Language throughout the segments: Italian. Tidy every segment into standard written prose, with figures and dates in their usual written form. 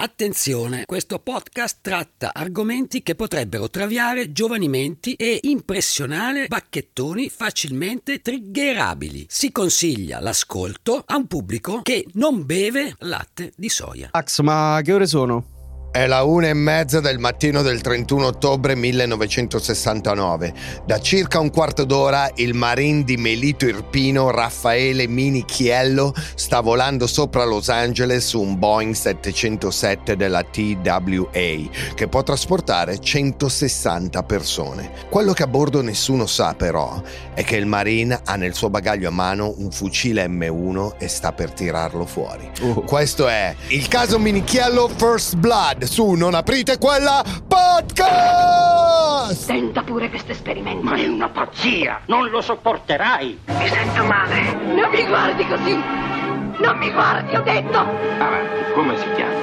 Attenzione, questo podcast tratta argomenti che potrebbero traviare giovani menti e impressionare bacchettoni facilmente triggerabili. Si consiglia l'ascolto a un pubblico che non beve latte di soia. Max, ma che ore sono? È la 1:30 del mattino del 31 ottobre 1969. Da circa un quarto d'ora il marine di Melito Irpino Raffaele Minichiello sta volando sopra Los Angeles su un Boeing 707 della TWA che può trasportare 160 persone. Quello che a bordo nessuno sa però è che il marine ha nel suo bagaglio a mano un fucile M1 e sta per tirarlo fuori. Questo è il caso Minichiello First Blood su Non aprite quella podcast! Tenta pure questo esperimento. Ma è una pazzia! Non lo sopporterai! Mi sento male. Non mi guardi così! Non mi guardi, ho detto! Avanti, come si chiama?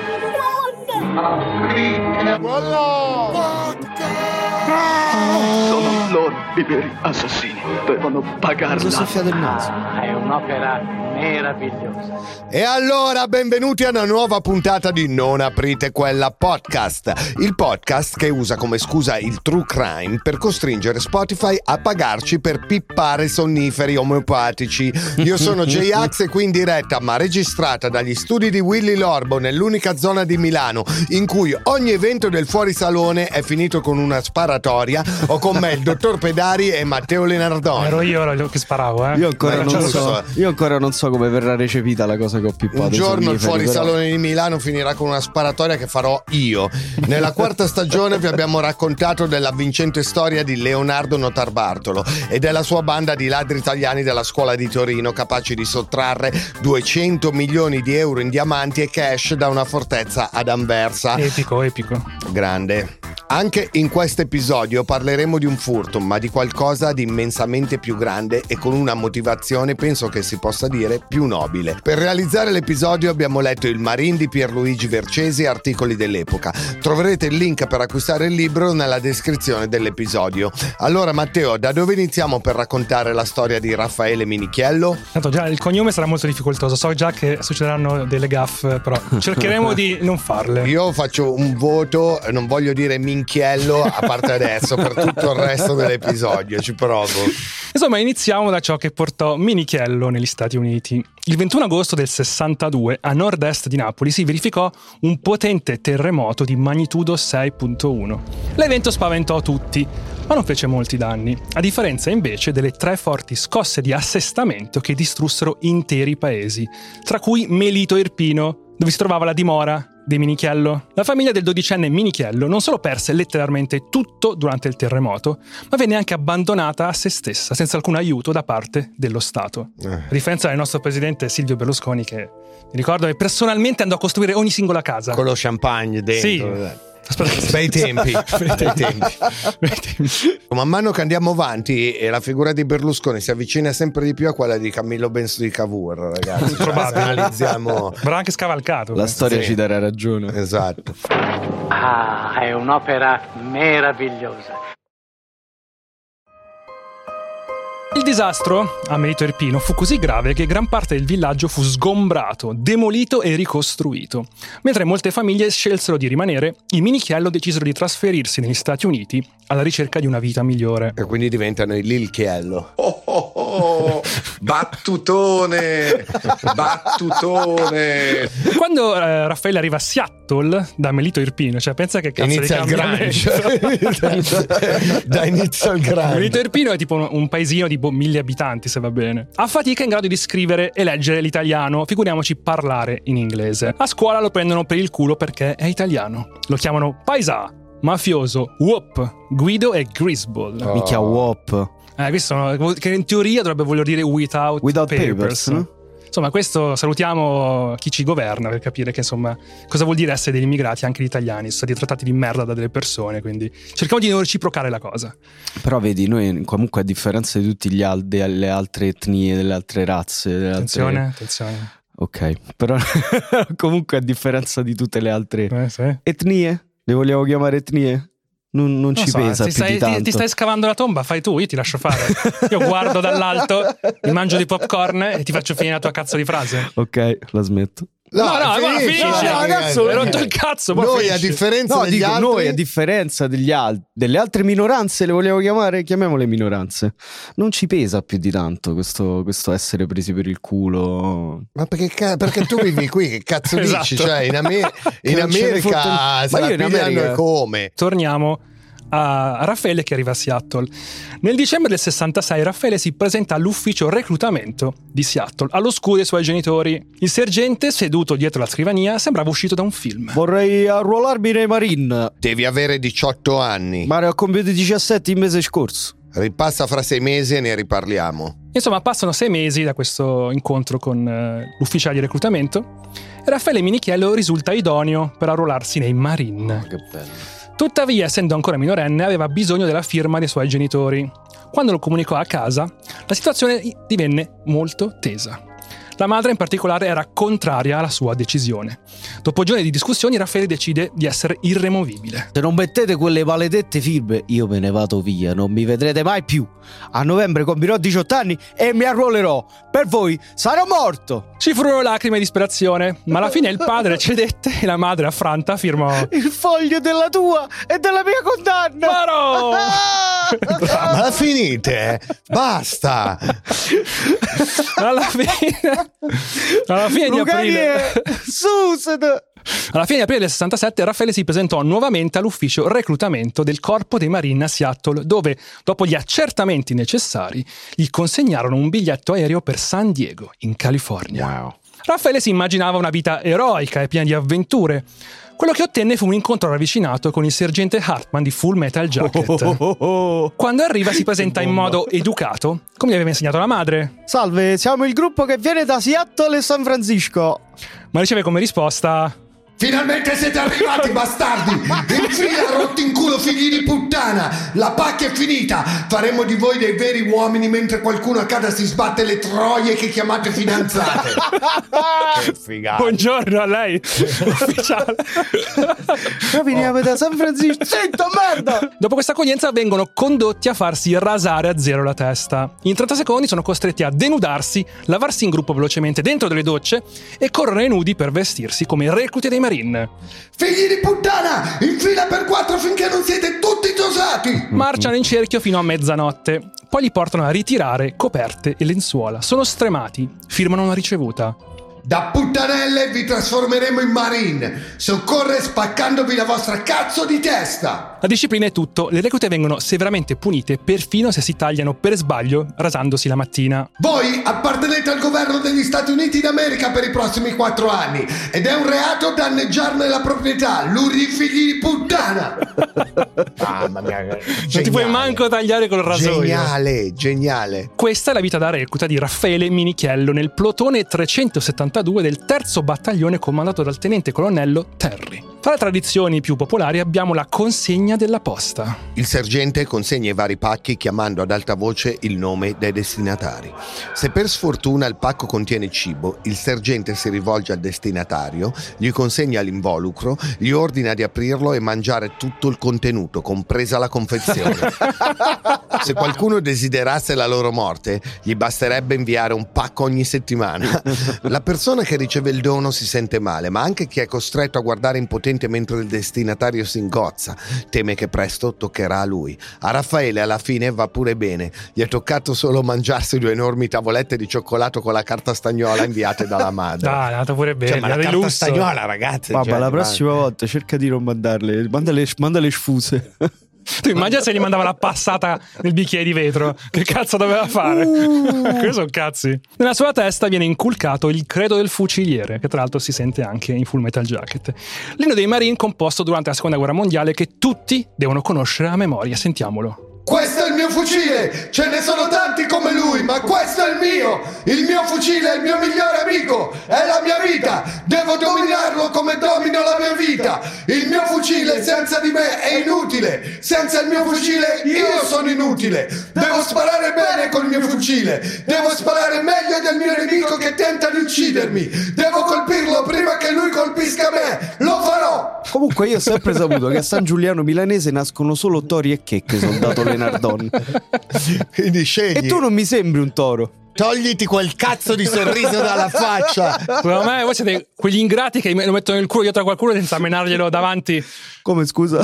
Sono loro i veri assassini. Devono pagarla. Cosa soffia del naso? È un'opera meravigliosa. E allora benvenuti a una nuova puntata di Non aprite quella podcast, il podcast che usa come scusa il true crime per costringere Spotify a pagarci per pippare sonniferi omeopatici. Io sono J-Ax e qui in diretta, ma registrata dagli studi di Willy Lorbo nell'unica zona di Milano in cui ogni evento del fuorisalone è finito con una sparatoria. Ho con me il dottor Pedari e Matteo Lenardoni. Ero io che sparavo, Io ancora non so come verrà recepita la cosa che ho pippato. Un giorno il fuorisalone di Milano finirà con una sparatoria che farò io. Nella quarta stagione vi abbiamo raccontato dell'avvincente storia di Leonardo Notarbartolo e della sua banda di ladri italiani della scuola di Torino capaci di sottrarre 200 milioni di euro in diamanti e cash da una fortezza ad Anversa. Epico. Grande. Anche in questo episodio parleremo di un furto, ma di qualcosa di immensamente più grande e con una motivazione, penso che si possa dire, più nobile. Per realizzare l'episodio abbiamo letto Il Marine di Pierluigi Vercesi, articoli dell'epoca. Troverete il link per acquistare il libro nella descrizione dell'episodio. Allora Matteo, da dove iniziamo per raccontare la storia di Raffaele Minichiello? Tanto già il cognome sarà molto difficoltoso, so già che succederanno delle gaffe, però cercheremo di non farle. Io faccio un voto, non voglio dire Minchiello a parte adesso, per tutto il resto dell'episodio, ci provo. Insomma, iniziamo da ciò che portò Minichiello negli Stati Uniti. Il 21 agosto del 62, a nord-est di Napoli, si verificò un potente terremoto di magnitudo 6.1. L'evento spaventò tutti, ma non fece molti danni, a differenza invece delle 3 forti scosse di assestamento che distrussero interi paesi, tra cui Melito Irpino, dove si trovava la dimora di Minichiello. La famiglia del 12enne Minichiello non solo perse letteralmente tutto durante il terremoto, ma venne anche abbandonata a se stessa, senza alcun aiuto da parte dello Stato. A differenza del nostro presidente Silvio Berlusconi, che mi ricordo che personalmente andò a costruire ogni singola casa. Con lo champagne dentro. Sì. Bei tempi. Man mano che andiamo avanti e la figura di Berlusconi si avvicina sempre di più a quella di Camillo Benso di Cavour, ragazzi. Probabile. Analizziamo. Avrà anche scavalcato. La storia ci darà ragione. Esatto. È un'opera meravigliosa. Il disastro a Melito Irpino fu così grave che gran parte del villaggio fu sgombrato, demolito e ricostruito. Mentre molte famiglie scelsero di rimanere, i Minichiello decisero di trasferirsi negli Stati Uniti alla ricerca di una vita migliore. E quindi diventano il Lilchiello. Battutone. Quando Raffaele arriva a Seattle da Melito Irpino, cioè pensa che cazzo inizia di il grunge. Da inizio il grunge. Melito Irpino è tipo un paesino di 1000 abitanti, se va bene. A fatica è in grado di scrivere e leggere l'italiano, figuriamoci parlare in inglese. A scuola lo prendono per il culo perché è italiano. Lo chiamano paesà, mafioso, whoop, Guido e Greaseball. Mica whoop. Questo che in teoria dovrebbe voler dire without papers, no? Insomma, questo salutiamo chi ci governa per capire che insomma cosa vuol dire essere degli immigrati, anche gli italiani sono stati trattati di merda da delle persone, quindi cerchiamo di non reciprocare la cosa. Però vedi, noi comunque a differenza di tutti delle altre etnie, delle altre razze, Attenzione. Ok, però comunque a differenza di tutte le altre sì. etnie, le vogliamo chiamare etnie? Non ci pesa più di tanto. Ti stai scavando la tomba, fai tu, io ti lascio fare. Io guardo dall'alto, mi mangio di popcorn e ti faccio finire la tua cazzo di frase. Ok, la smetto. finisci. Cazzo, hai rotto il cazzo. Noi a differenza degli altri, noi a differenza delle altre minoranze, le volevo chiamiamole minoranze, non ci pesa più di tanto questo essere presi per il culo. Ma perché tu vivi qui, che cazzo Esatto. dici? Cioè in America se la pigliano come? Torniamo a Raffaele che arriva a Seattle. Nel dicembre del 66 Raffaele si presenta all'ufficio reclutamento di Seattle, all'oscuro dei suoi genitori. Il sergente, seduto dietro la scrivania, sembrava uscito da un film. Vorrei arruolarmi nei Marine. Devi avere 18 anni. Ma ne ho compiuti 17 il mese scorso. Ripassa fra 6 mesi e ne riparliamo. Insomma, passano 6 mesi da questo incontro con l'ufficiale di reclutamento e Raffaele Minichiello risulta idoneo per arruolarsi nei Marine. Che bello. Tuttavia, essendo ancora minorenne, aveva bisogno della firma dei suoi genitori. Quando lo comunicò a casa, la situazione divenne molto tesa. La madre in particolare era contraria alla sua decisione. Dopo giorni di discussioni, Raffaele decide di essere irremovibile. Se non mettete quelle maledette firme, io me ne vado via, non mi vedrete mai più. A novembre compirò 18 anni e mi arruolerò. Per voi sarò morto. Ci furono lacrime e disperazione, ma alla fine il padre cedette e la madre, affranta, firmò il foglio della tua e della mia condanna. Ma no! Ma la finite? Basta! Alla fine di aprile Alla fine di aprile del 67 Raffaele si presentò nuovamente all'ufficio reclutamento del Corpo dei Marine a Seattle, dove, dopo gli accertamenti necessari, gli consegnarono un biglietto aereo per San Diego, in California. Wow. Raffaele si immaginava una vita eroica e piena di avventure. Quello che ottenne fu un incontro ravvicinato con il sergente Hartman di Full Metal Jacket. Quando arriva si presenta in modo educato, come gli aveva insegnato la madre. Salve, siamo il gruppo che viene da Seattle e San Francisco. Ma riceve come risposta: Finalmente siete arrivati, bastardi! In fila, rotti in culo, figli di puttana! La pacchia è finita! Faremo di voi dei veri uomini mentre qualcuno a casa si sbatte le troie che chiamate fidanzate. Che figata! Buongiorno a lei, ufficiale. Noi veniamo da San Francisco. Zitto, merda! Dopo questa accoglienza vengono condotti a farsi rasare a zero la testa. In 30 secondi sono costretti a denudarsi, lavarsi in gruppo velocemente dentro delle docce e correre nudi per vestirsi come recluti dei Marine. Figli di puttana! In fila per 4 finché non siete tutti tosati! Marciano in cerchio fino a mezzanotte. Poi li portano a ritirare coperte e lenzuola. Sono stremati, firmano una ricevuta. Da puttanelle vi trasformeremo in Marine. Soccorre spaccandovi la vostra cazzo di testa. La disciplina è tutto. Le reclute vengono severamente punite perfino se si tagliano per sbaglio rasandosi la mattina. Voi appartenete al governo degli Stati Uniti d'America per i prossimi 4 anni ed è un reato danneggiarne la proprietà. Lurri figli di puttana. Mamma mia, Non ti puoi manco tagliare col rasoio. Geniale. Questa è la vita da recluta di Raffaele Minichiello nel plotone 372 del terzo battaglione comandato dal tenente colonnello Terry. Fra le tradizioni più popolari abbiamo la consegna della posta. Il sergente consegna i vari pacchi chiamando ad alta voce il nome dei destinatari. Se per sfortuna il pacco contiene cibo, il sergente si rivolge al destinatario, gli consegna l'involucro, gli ordina di aprirlo e mangiare tutto il contenuto, compresa la confezione. Se qualcuno desiderasse la loro morte, gli basterebbe inviare un pacco ogni settimana. La persona che riceve il dono si sente male, ma anche chi è costretto a guardare impotente mentre il destinatario si ingozza teme che presto toccherà a lui. A Raffaele alla fine va pure bene, gli è toccato solo mangiarsi 2 enormi tavolette di cioccolato con la carta stagnola inviate dalla madre. Ah, è andata pure bene, ma la carta stagnola, ragazzi, Vabbè, la prossima volta cerca di non mandarle, mandale sfuse. Tu immagina se gli mandava la passata nel bicchiere di vetro. Che cazzo doveva fare? Questi sono cazzi. Nella sua testa viene inculcato il credo del fuciliere, che tra l'altro si sente anche in Full Metal Jacket. L'inno dei Marine composto durante la seconda guerra mondiale che tutti devono conoscere a memoria. Sentiamolo. Questo è il mio fucile, ce ne sono tanti come lui, ma questo è il mio fucile è il mio migliore amico, è la mia vita, devo dominarlo come domino la mia vita, il mio fucile senza di me è inutile, senza il mio fucile io sono inutile, devo sparare bene con il mio fucile, devo sparare meglio del mio nemico che tenta di uccidermi, devo colpirlo prima che lui colpisca me, lo farò! Comunque io ho sempre saputo che a San Giuliano Milanese nascono solo tori e checche, soldato Lenardon. Quindi scegli. E tu non mi sembri un toro. Togliti quel cazzo di sorriso dalla faccia. Secondo me voi siete quegli ingrati che lo mettono nel culo dietro a qualcuno senza menarglielo davanti. Come, scusa?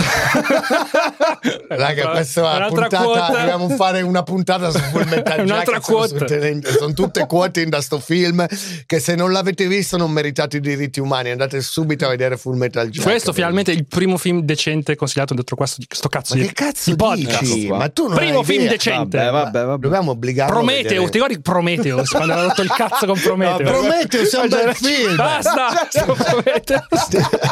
Raga, questa è una puntata quote. dobbiamo fare una puntata su Full Metal Un'altra Jacket. Sono tutte quote da sto film che se non l'avete visto non meritate i diritti umani, andate subito a vedere Full Metal Jacket. Questo finalmente è il primo film decente consigliato dentro sto cazzo Ma di che cazzo di podcast. dici? Ma tu non Primo hai film idea. decente. Vabbè. Dobbiamo obbligarlo a Prometeo, vedere. ti ricordi Prometheus quando hanno rotto il cazzo con Prometeo? Prometheus è un bel film. Basta, Prometheus.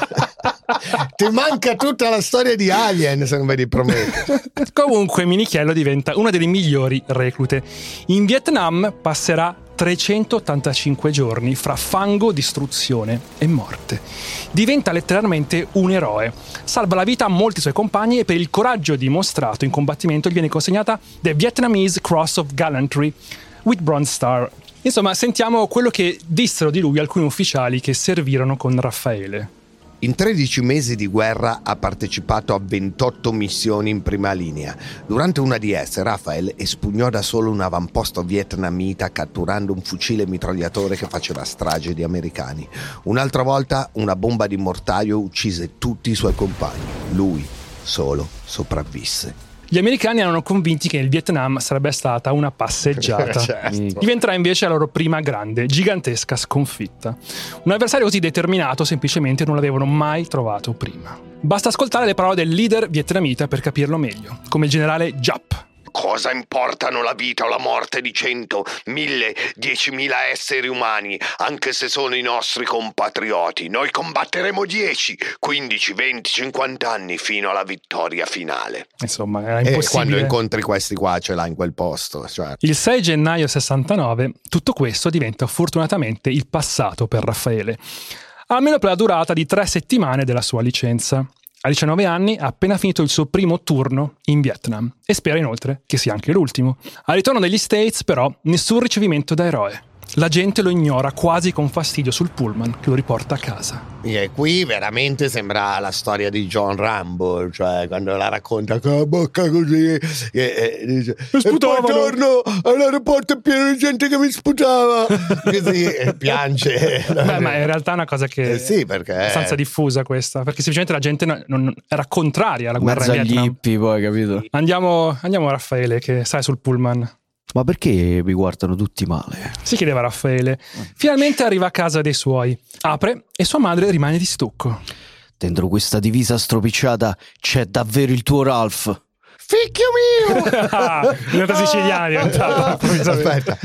Ti manca tutta la storia di Alien se non vedi Prometheus. Comunque Minichiello diventa una delle migliori reclute. In Vietnam passerà 385 giorni fra fango, distruzione e morte. Diventa letteralmente un eroe. Salva la vita a molti suoi compagni e per il coraggio dimostrato in combattimento gli viene consegnata The Vietnamese Cross of Gallantry with Bronze Star. Insomma, sentiamo quello che dissero di lui alcuni ufficiali che servirono con Raffaele. In 13 mesi di guerra ha partecipato a 28 missioni in prima linea. Durante una di esse, Rafael espugnò da solo un avamposto vietnamita catturando un fucile mitragliatore che faceva strage di americani. Un'altra volta, una bomba di mortaio uccise tutti i suoi compagni. Lui solo sopravvisse. Gli americani erano convinti che il Vietnam sarebbe stata una passeggiata. Certo. Diventerà invece la loro prima grande, gigantesca sconfitta. Un avversario così determinato semplicemente non l'avevano mai trovato prima. Basta ascoltare le parole del leader vietnamita per capirlo meglio, come il generale Giap. Cosa importano la vita o la morte di 100, 1000, 10.000 esseri umani, anche se sono i nostri compatrioti? Noi combatteremo 10, 15, 20, 50 anni fino alla vittoria finale. Insomma, era E impossibile. quando incontri questi qua ce l'ha in quel posto. Cioè. Il 6 gennaio 69 tutto questo diventa fortunatamente il passato per Raffaele, almeno per la durata di 3 settimane della sua licenza. A 19 anni ha appena finito il suo primo turno in Vietnam e spera inoltre che sia anche l'ultimo. Al ritorno negli States però nessun ricevimento da eroe. La gente lo ignora quasi con fastidio sul pullman che lo riporta a casa. E qui veramente sembra la storia di John Rambo, cioè quando la racconta con la bocca così e dice e poi torno all'aeroporto pieno di gente che mi sputava così e piange. Beh, ma in realtà è una cosa che sì, perché è abbastanza diffusa questa, perché semplicemente la gente non era contraria alla guerra Mezzo in agli Vietnam. hippie, poi, capito? Andiamo Raffaele che sale sul pullman. Ma perché mi guardano tutti male? Si chiedeva Raffaele. Finalmente arriva a casa dei suoi. Apre e sua madre rimane di stucco. Dentro questa divisa stropicciata c'è davvero il tuo Ralph. Figlio mio! Diventa siciliana, è diventata. Aspetta.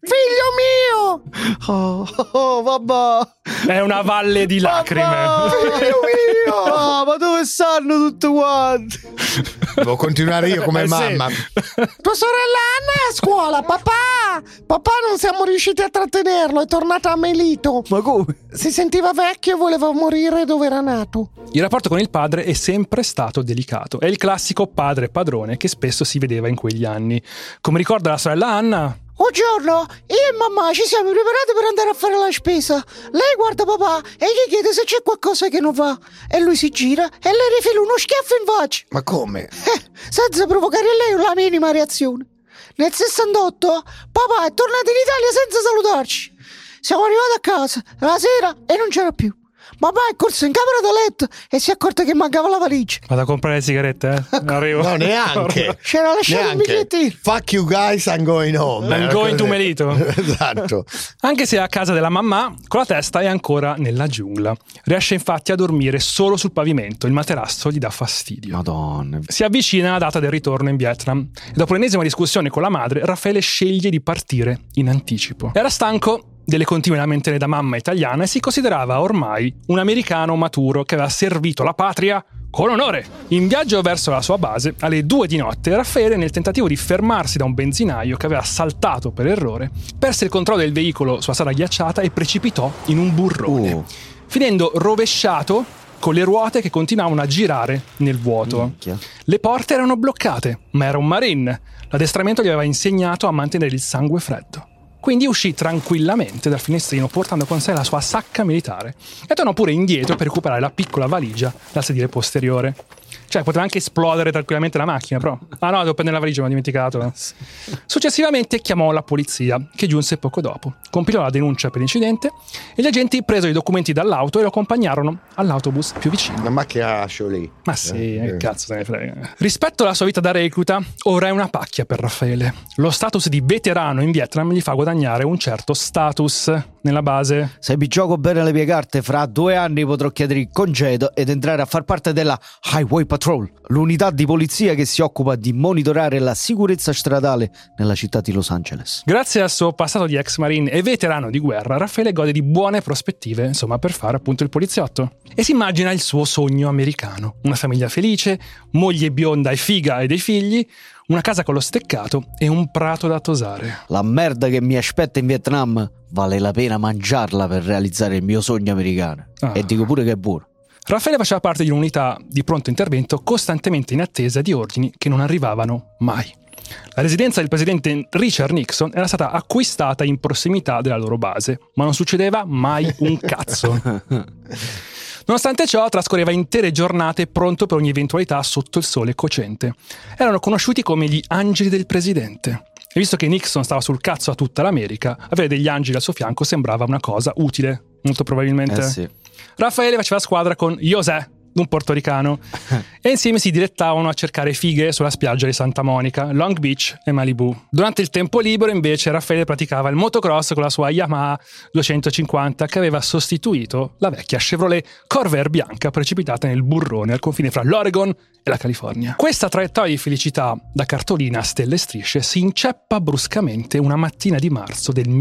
Figlio mio! Oh, vabbè. È una valle di lacrime. Figlio mio! Ah, ma dove stanno tutti quanti? Devo continuare io come Sì. mamma. Tua sorella Anna è a scuola, papà! Papà non siamo riusciti a trattenerlo, è tornato a Melito. Ma come? Si sentiva vecchio e voleva morire dove era nato. Il rapporto con il padre è sempre stato delicato. È il classico padre padrone che spesso si vedeva in quegli anni. Come ricorda la sorella Anna, Un giorno io e mamma ci siamo preparati per andare a fare la spesa. Lei guarda papà e gli chiede se c'è qualcosa che non va. E lui si gira e le rifila uno schiaffo in faccia. Ma come? Senza provocare a lei la minima reazione. Nel 68 papà è tornato in Italia senza salutarci. Siamo arrivati a casa la sera e non c'era più. Mamma è corso in camera da letto e si è accorta che mancava la valigia. vado a comprare le sigarette, arrivo. No, neanche. C'era lasciato un Neanche. bigliettino. Fuck you guys, I'm going home. I'm going to Melito. Esatto. Anche se è a casa della mamma, con la testa è ancora nella giungla. Riesce infatti a dormire solo sul pavimento, il materasso gli dà fastidio. Madonna. Si avvicina la data del ritorno in Vietnam e dopo l'ennesima discussione con la madre, Raffaele sceglie di partire in anticipo. Era stanco delle continue lamentele da mamma italiana e si considerava ormai un americano maturo che aveva servito la patria con onore. In viaggio verso la sua base, alle 2 di notte, Raffaele, nel tentativo di fermarsi da un benzinaio che aveva saltato per errore, perse il controllo del veicolo sulla strada ghiacciata e precipitò in un burrone, finendo rovesciato con le ruote che continuavano a girare nel vuoto. Minchia. Le porte erano bloccate, ma era un marine. L'addestramento gli aveva insegnato a mantenere il sangue freddo. Quindi uscì tranquillamente dal finestrino portando con sé la sua sacca militare e tornò pure indietro per recuperare la piccola valigia dal sedile posteriore. Cioè, poteva anche esplodere tranquillamente la macchina, però. Ah no, devo prendere la valigia, mi ho dimenticato. Successivamente chiamò la polizia, che giunse poco dopo. Compilò la denuncia per l'incidente e gli agenti presero i documenti dall'auto e lo accompagnarono all'autobus più vicino. Una macchina Cholet. Ma sì, che cazzo se ne frega. Rispetto alla sua vita da recluta, ora è una pacchia per Raffaele. Lo status di veterano in Vietnam gli fa guadagnare un certo status nella base. Se mi gioco bene le mie carte, fra 2 anni potrò chiedere il congedo ed entrare a far parte della Highway Patrol, l'unità di polizia che si occupa di monitorare la sicurezza stradale nella città di Los Angeles. Grazie al suo passato di ex marine e veterano di guerra, Raffaele gode di buone prospettive, insomma, per fare appunto il poliziotto. E si immagina il suo sogno americano: una famiglia felice, moglie bionda e figa e dei figli, una casa con lo steccato e un prato da tosare. La merda che mi aspetta in Vietnam vale la pena mangiarla per realizzare il mio sogno americano. E dico pure che è buono. Raffaele faceva parte di un'unità di pronto intervento costantemente in attesa di ordini che non arrivavano mai. La residenza del presidente Richard Nixon era stata acquistata in prossimità della loro base, ma non succedeva mai un cazzo. Nonostante ciò, trascorreva intere giornate pronto per ogni eventualità sotto il sole cocente. Erano conosciuti come gli angeli del presidente. E visto che Nixon stava sul cazzo a tutta l'America, avere degli angeli al suo fianco sembrava una cosa utile, molto probabilmente. Sì. Raffaele faceva squadra con José, un portoricano, e insieme si direttavano a cercare fighe sulla spiaggia di Santa Monica, Long Beach e Malibu. Durante il tempo libero, invece, Raffaele praticava il motocross con la sua Yamaha 250 che aveva sostituito la vecchia Chevrolet Corvair bianca precipitata nel burrone al confine fra l'Oregon e la California. Questa traiettoria di felicità da cartolina a stelle e strisce si inceppa bruscamente una mattina di marzo del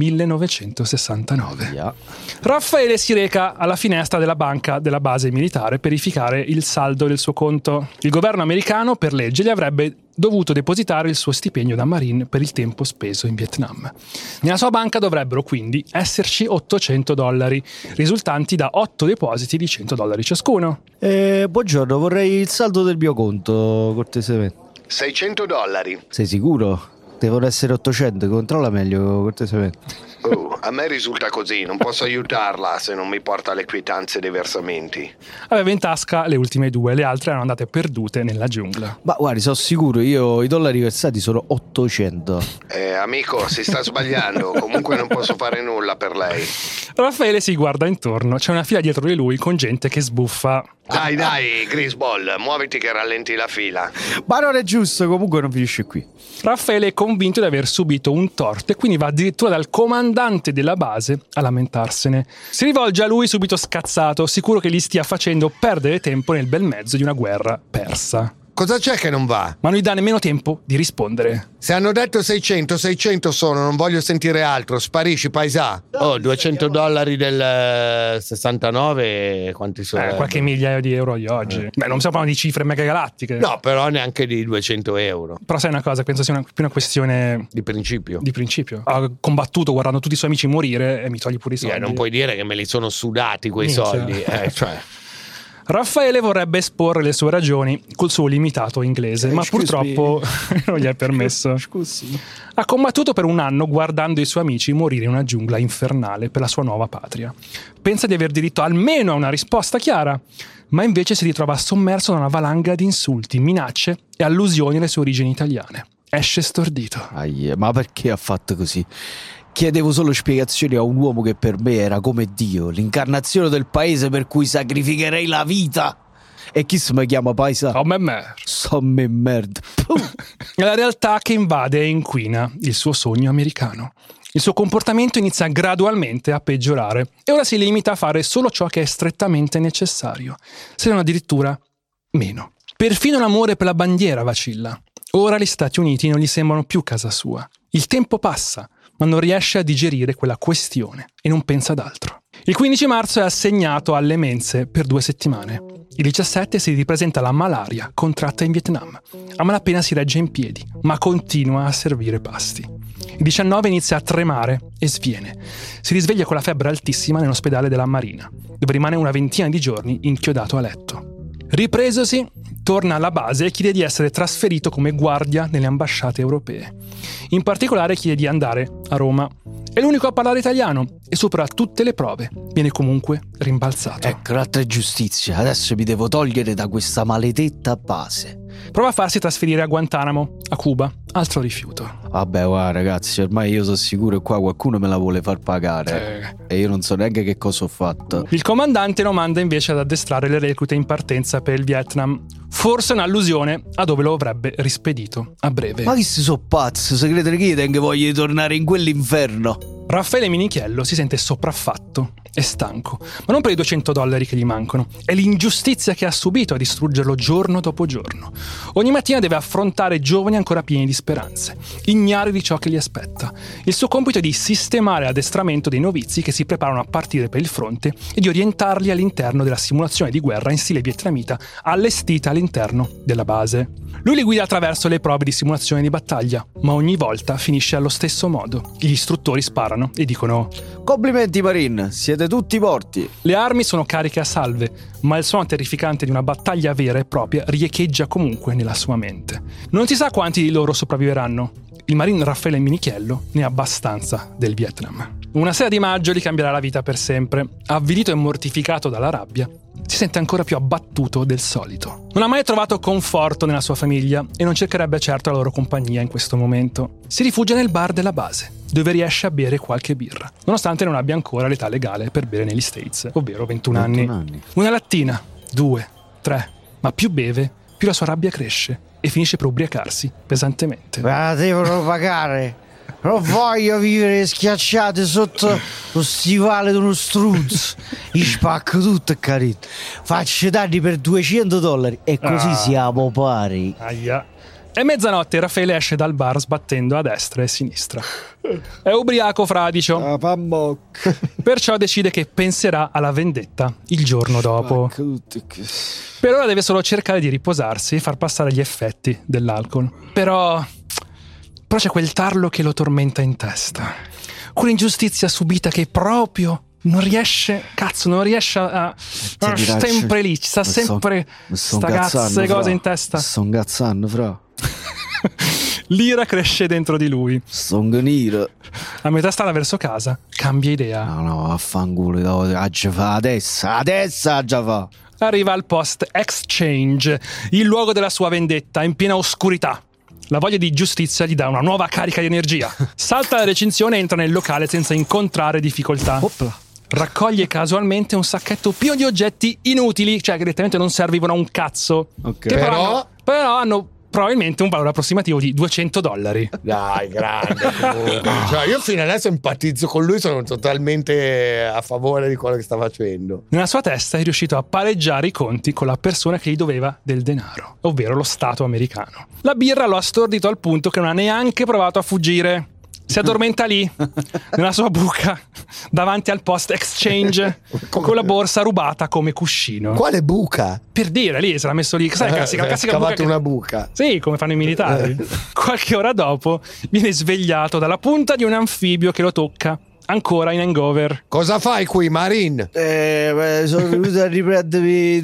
1969. Raffaele si reca alla finestra della banca della base militare per verificare il saldo del suo conto. Il governo americano, per legge, gli avrebbe dovuto depositare il suo stipendio da Marine per il tempo speso in Vietnam. Nella sua banca dovrebbero quindi esserci $800, risultanti da 8 depositi di $100 ciascuno. Buongiorno, vorrei il saldo del mio conto, cortesemente. $600. Sei sicuro? Devono essere 800, controlla meglio, cortesemente. A me risulta così, non posso aiutarla se non mi porta le quietanze dei versamenti. Aveva in tasca le ultime 2, le altre erano andate perdute nella giungla. Ma guardi, sono sicuro, io i dollari versati sono 800. Amico, si sta sbagliando, comunque non posso fare nulla per lei. Raffaele si guarda intorno, c'è una fila dietro di lui con gente che sbuffa. Dai, Grisball, muoviti che rallenti la fila. Ma non è giusto, comunque non finisce qui. Raffaele è convinto di aver subito un torto e quindi va addirittura dal comandante della base a lamentarsene. Si rivolge a lui subito scazzato, sicuro che gli stia facendo perdere tempo nel bel mezzo di una guerra persa. Cosa c'è che non va? Ma non gli dà nemmeno tempo di rispondere. Se hanno detto 600 sono, non voglio sentire altro, sparisci paesà. $200 del 69, quanti sono? Qualche migliaio di euro di oggi. Beh, non stiamo parlando di cifre megagalattiche. No, però neanche di €200. Però sai una cosa, penso sia più una questione di principio. Non puoi dire che me li sono sudati quei soldi. Raffaele vorrebbe esporre le sue ragioni col suo limitato inglese, ma purtroppo non gli è permesso. Ha combattuto per 1 anno guardando i suoi amici morire in una giungla infernale per la sua nuova patria. Pensa di aver diritto almeno a una risposta chiara, ma invece si ritrova sommerso da una valanga di insulti, minacce e allusioni alle sue origini italiane. Esce stordito. Ma perché ha fatto così? Chiedevo solo spiegazioni a un uomo che per me era come Dio, l'incarnazione del paese per cui sacrificherei la vita. E chi se mi chiama paesa? Somme merda. È la realtà che invade e inquina il suo sogno americano. Il suo comportamento inizia gradualmente a peggiorare e ora si limita a fare solo ciò che è strettamente necessario, se non addirittura meno. Perfino l'amore per la bandiera vacilla. Ora gli Stati Uniti non gli sembrano più casa sua. Il tempo passa, ma non riesce a digerire quella questione e non pensa ad altro. Il 15 marzo è assegnato alle mense per 2 settimane. Il 17 si ripresenta la malaria contratta in Vietnam. A malapena si regge in piedi, ma continua a servire pasti. Il 19 inizia a tremare e sviene. Si risveglia con la febbre altissima nell'ospedale della Marina, dove rimane una ventina di giorni inchiodato a letto. Ripresosi, torna alla base e chiede di essere trasferito come guardia nelle ambasciate europee. In particolare chiede di andare a Roma. È l'unico a parlare italiano e supera tutte le prove. Viene comunque rimbalzato. Ecco, l'altra giustizia. Adesso mi devo togliere da questa maledetta base. Prova a farsi trasferire a Guantanamo, a Cuba. Altro rifiuto. Vabbè, guarda ragazzi, ormai io sono sicuro che qua qualcuno me la vuole far pagare. E io non so neanche che cosa ho fatto. Il comandante lo manda invece ad addestrare le reclute in partenza per il Vietnam. Forse un'allusione a dove lo avrebbe rispedito a breve. Ma chi si so pazzo? Se credere che io tengo voglia di tornare in quell'inferno. Raffaele Minichiello si sente sopraffatto e stanco, ma non per i $200 che gli mancano. È l'ingiustizia che ha subito a distruggerlo giorno dopo giorno. Ogni mattina deve affrontare giovani ancora pieni di speranze, ignari di ciò che li aspetta. Il suo compito è di sistemare l'addestramento dei novizi che si preparano a partire per il fronte e di orientarli all'interno della simulazione di guerra in stile vietnamita allestita all'interno della base. Lui li guida attraverso le prove di simulazione di battaglia, ma ogni volta finisce allo stesso modo. Gli istruttori sparano e dicono: complimenti Marine, siete tutti morti. Le armi sono cariche a salve, ma il suono terrificante di una battaglia vera e propria riecheggia comunque nella sua mente. Non si sa quanti di loro sopravviveranno. Il Marine Raffaele Minichiello ne ha abbastanza del Vietnam. Una sera di maggio gli cambierà la vita per sempre. Avvilito e mortificato dalla rabbia, si sente ancora più abbattuto del solito. Non ha mai trovato conforto nella sua famiglia e non cercherebbe certo la loro compagnia in questo momento. Si rifugia nel bar della base, dove riesce a bere qualche birra, nonostante non abbia ancora l'età legale per bere negli States, ovvero 21 anni. Una lattina, 2, 3, ma più beve, più la sua rabbia cresce e finisce per ubriacarsi pesantemente. Ma devono pagare. Non voglio vivere schiacciate sotto lo stivale di uno struzzo. Gli spacco tutto, carino. Faccio danni per $200 e così siamo pari. Aia. È mezzanotte e Raffaele esce dal bar sbattendo a destra e a sinistra. È ubriaco fradicio. Perciò decide che penserà alla vendetta il giorno dopo. Per ora deve solo cercare di riposarsi e far passare gli effetti dell'alcol. Però c'è quel tarlo che lo tormenta in testa. Quell'ingiustizia subita che proprio non riesce a sempre lì, sta sempre sta cazzo di cose in testa. Sto ingazzando, fra. L'ira cresce dentro di lui. Stonganiro. A metà strada verso casa cambia idea. No, affanculo, adesso già fa. Arriva al post exchange, il luogo della sua vendetta, in piena oscurità. La voglia di giustizia gli dà una nuova carica di energia. Salta la recinzione e entra nel locale senza incontrare difficoltà. Opla. Raccoglie casualmente un sacchetto pieno di oggetti inutili, cioè che direttamente non servivano a un cazzo. Okay. Che però hanno probabilmente un valore approssimativo di $200. Dai, grande. Cioè, io fino adesso empatizzo con lui, sono totalmente a favore di quello che sta facendo. Nella sua testa è riuscito a pareggiare i conti con la persona che gli doveva del denaro, ovvero lo Stato americano. La birra lo ha stordito al punto che non ha neanche provato a fuggire. Si addormenta lì, nella sua buca, davanti al post exchange, con la borsa rubata come cuscino. Quale buca? Per dire, lì se l'ha messo lì, sai, classica scavato buca una buca. Sì, come fanno i militari. Qualche ora dopo viene svegliato dalla punta di un anfibio che lo tocca, ancora in hangover. Cosa fai qui, Marine? Sono venuto a riprendermi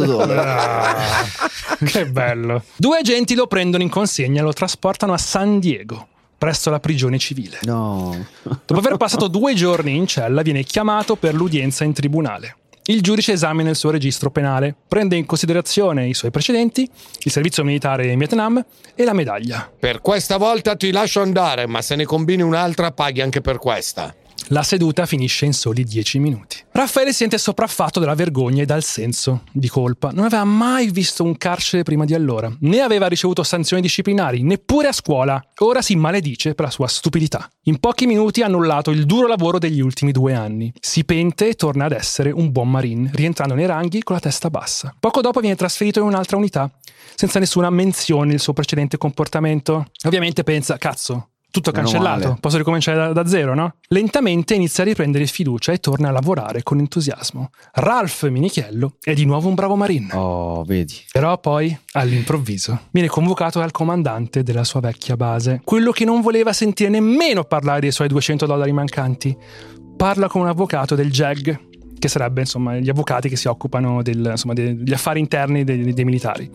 $200. Che bello. 2 agenti lo prendono in consegna e lo trasportano a San Diego, presso la prigione civile. No. Dopo aver passato 2 giorni in cella, viene chiamato per l'udienza in tribunale. Il giudice esamina il suo registro penale, prende in considerazione i suoi precedenti, il servizio militare in Vietnam e la medaglia. Per questa volta ti lascio andare, ma se ne combini un'altra paghi anche per questa. La seduta finisce in soli 10 minuti. Raffaele si sente sopraffatto dalla vergogna e dal senso di colpa. Non aveva mai visto un carcere prima di allora, né aveva ricevuto sanzioni disciplinari, neppure a scuola. Ora si maledice per la sua stupidità. In pochi minuti ha annullato il duro lavoro degli ultimi 2 anni. Si pente e torna ad essere un buon marine, rientrando nei ranghi con la testa bassa. Poco dopo viene trasferito in un'altra unità, senza nessuna menzione del suo precedente comportamento. Ovviamente pensa, cazzo, tutto cancellato, posso ricominciare da zero, no? Lentamente inizia a riprendere fiducia e torna a lavorare con entusiasmo. Ralph Minichiello è di nuovo un bravo marine. Oh, vedi. Però poi, all'improvviso, viene convocato dal comandante della sua vecchia base, quello che non voleva sentire nemmeno parlare dei suoi $200 mancanti. Parla con un avvocato del JAG, che sarebbe insomma gli avvocati che si occupano degli affari interni dei militari.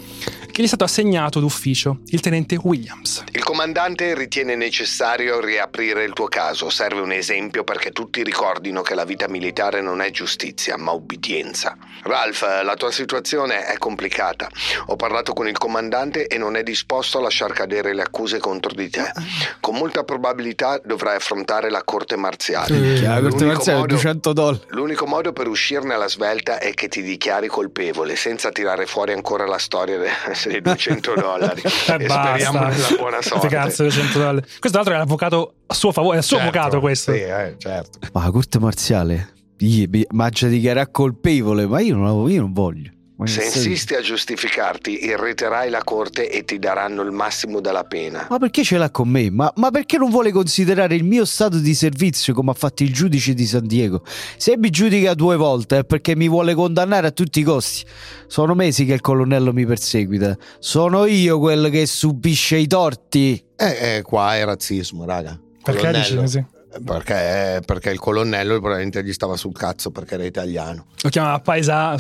che gli è stato assegnato d'ufficio, il tenente Williams. Il comandante ritiene necessario riaprire il tuo caso. Serve un esempio perché tutti ricordino che la vita militare non è giustizia, ma ubbidienza. Ralph, la tua situazione è complicata. Ho parlato con il comandante e non è disposto a lasciar cadere le accuse contro di te. Con molta probabilità dovrai affrontare la corte marziale. La corte marziale $200. L'unico modo per uscirne alla svelta è che ti dichiari colpevole, senza tirare fuori ancora la storia dei $200. E speriamo nella buona sorte. Che cazzo, $200. Questo altro è l'avvocato a suo favore, è il suo avvocato questo. Sì, certo. Ma la corte marziale mangia dichiarare colpevole, ma io non voglio. Se insisti a giustificarti, irriterai la corte e ti daranno il massimo della pena. Ma perché ce l'ha con me? Ma perché non vuole considerare il mio stato di servizio come ha fatto il giudice di San Diego? Se mi giudica 2 volte è perché mi vuole condannare a tutti i costi. Sono mesi che il colonnello mi perseguita. Sono io quello che subisce i torti. Qua è razzismo, raga. Perché dici così? Perché il colonnello probabilmente gli stava sul cazzo perché era italiano. Lo chiamava paesà,